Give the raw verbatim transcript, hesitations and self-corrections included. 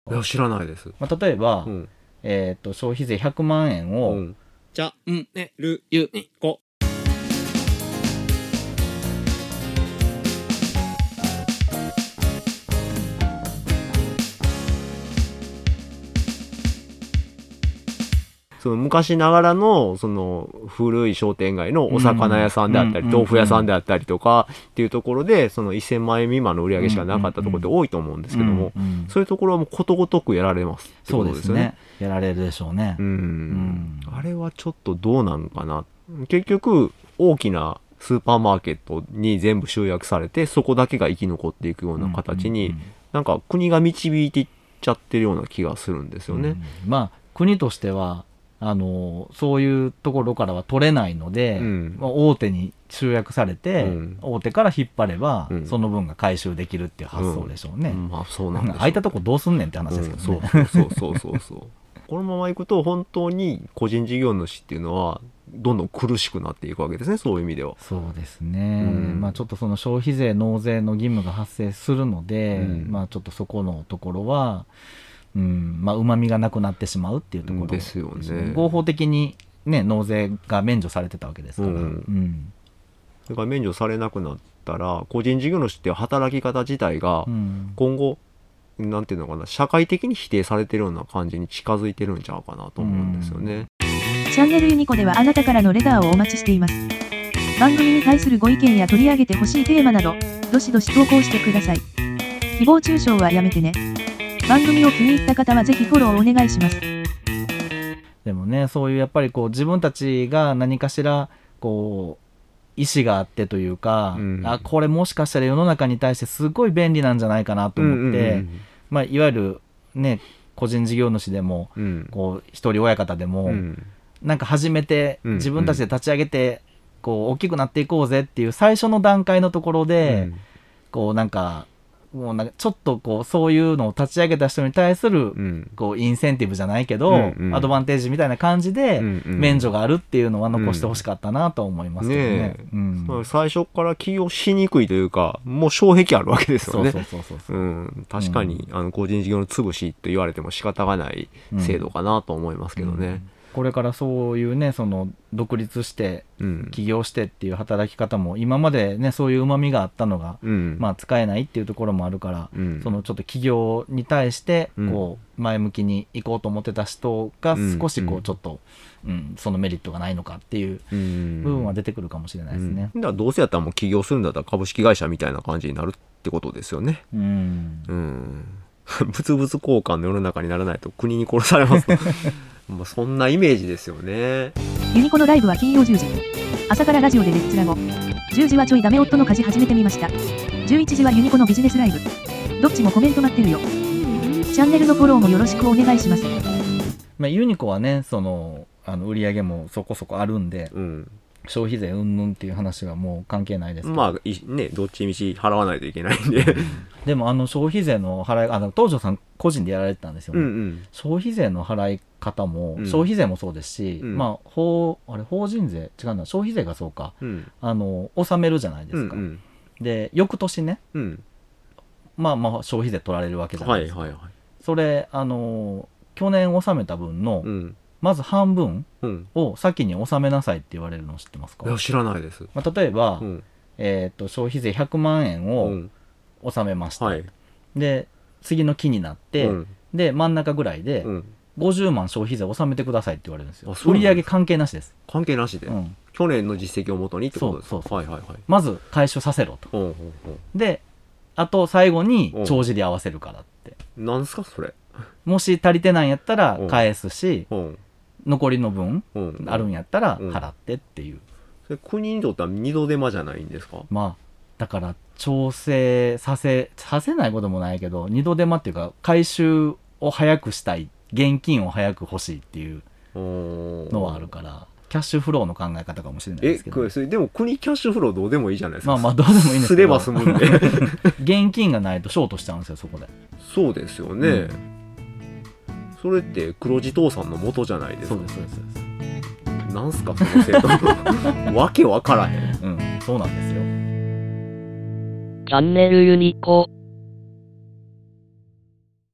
いや知らないです、 まあ、例えば、 うん、 えー、と消費税ひゃくまんえんを、うん、 チャンネルユニコその昔ながらのその古い商店街のお魚屋さんであったり、うん、豆腐屋さんであったりとかっていうところでそのせんまんえん未満の売り上げしかなかったところって多いと思うんですけども、うんうん、そういうところはもうことごとくやられますってことですよね。 そうですね、やられるでしょうね、 うん、うん、あれはちょっとどうなんかな。結局大きなスーパーマーケットに全部集約されてそこだけが生き残っていくような形に、うんうんうん、なんか国が導いていっちゃってるような気がするんですよね、うん、 まあ国としてはあのそういうところからは取れないので、うんまあ、大手に集約されて、うん、大手から引っ張れば、うん、その分が回収できるっていう発想でしょうね、うんうんまあ、そうなんでしょう。空いたとこどうすんねんって話ですけどね、 うん、そうそうそうそうそうこのままいくと本当に個人事業主っていうのはどんどん苦しくなっていくわけですね、そういう意味では。 そうですね、うんまあ、ちょっとその消費税納税の義務が発生するので、うんまあ、ちょっとそこのところはうんまあ、旨味がなくなってしまうっていうところですよね。合法的に、ね、納税が免除されてたわけですから、うんうん、 それから免除されなくなったら個人事業主っていう働き方自体が今後、うん、なんていうのかな社会的に否定されてるような感じに近づいてるんちゃうかなと思うんですよね、 うん、チャンネルユニコではあなたからのレターをお待ちしています。番組に対するご意見や取り上げてほしいテーマなどどしどし投稿してください。誹謗中傷はやめてね。番組を気に入った方はぜひフォローをお願いします。 でもね、そういうやっぱりこう自分たちが何かしらこう意思があってというか、うん、あこれもしかしたら世の中に対してすごい便利なんじゃないかなと思って、うんうんうんまあ、いわゆるね個人事業主でも、うん、こう一人親方でも、うん、なんか始めて自分たちで立ち上げて、うん、こう大きくなっていこうぜっていう最初の段階のところで、うん、こうなんかもうなんかちょっとこうそういうのを立ち上げた人に対するこうインセンティブじゃないけど、うんうん、アドバンテージみたいな感じで免除があるっていうのは残してほしかったなと思いますけどね、ねうん、最初から起業しにくいというかもう障壁あるわけですよね。確かに、うん、あの個人事業の潰しって言われても仕方がない制度かなと思いますけどね、うんうんこれからそういうねその独立して起業してっていう働き方も今までねそういう旨味があったのが、うんまあ、使えないっていうところもあるから、うん、そのちょっと起業に対してこう前向きに行こうと思ってた人が少しこうちょっと、うんうん、そのメリットがないのかっていう部分は出てくるかもしれないですね、 うん、だからどうせやったらもう起業するんだったら株式会社みたいな感じになるってことですよね。うん、うん物々交換の世の中にならないと国に殺されますとまあそんなイメージですよね。 ユニコのライブは金曜じゅうじ朝からラジオでレッツラゴじゅうじはちょいダメ夫の家事始めてみました。じゅういちじはユニコのビジネスライブどっちもコメント待ってるよ。チャンネルのフォローもよろしくお願いします。 まあ、ユニコはねそのあの売り上げもそこそこあるんで、うん消費税うんぬんっていう話はもう関係ないですけどまあねどっちみち払わないといけないんででもあの消費税の払いあの東條さん個人でやられてたんですよね、うんうん、消費税の払い方も、うん、消費税もそうですし、うん、まあ法あれ法人税違うな消費税がそうか、うん、あの納めるじゃないですか、うんうん、で翌年ね、うん、まあまあ消費税取られるわけじゃないですか、はいはいはい、それあの去年納めた分の、うんまず半分を先に納めなさいって言われるの知ってますか？ いや知らないです、 まあ、例えば、うんえー、と消費税ひゃくまんえんを納めました、うんはい、で次の期になって、うん、で真ん中ぐらいで、うん、ごじゅうまん消費税納めてくださいって言われるんですよ。売上関係なしです。 関係なしで、うん、去年の実績をもとにってことですか？ そうそうそう、はいはいはい、まず回収させろと、うんうんうん、であと最後に帳尻合わせるからって、 うん、なんすかそれ。 もし足りてないんやったら返すし、うんうん残りの分あるんやったら払ってっていう、うんうん、 それ国にとっては二度手間じゃないんですか？ まあだから調整させさせないこともないけど二度手間っていうか回収を早くしたい現金を早く欲しいっていうのはあるからキャッシュフローの考え方かもしれないですけど、 えそれでも国キャッシュフローどうでもいいじゃないですか。 まあまあどうでもいいんですけどすれば済むんで現金がないとショートしちゃうんですよそこで。 そうですよね、うんそれって黒字倒産の元じゃないですか。 そうですそうですそうです。なんすかその制度わけわからへん。 うんそうなんですよ。 チャンネルユニコ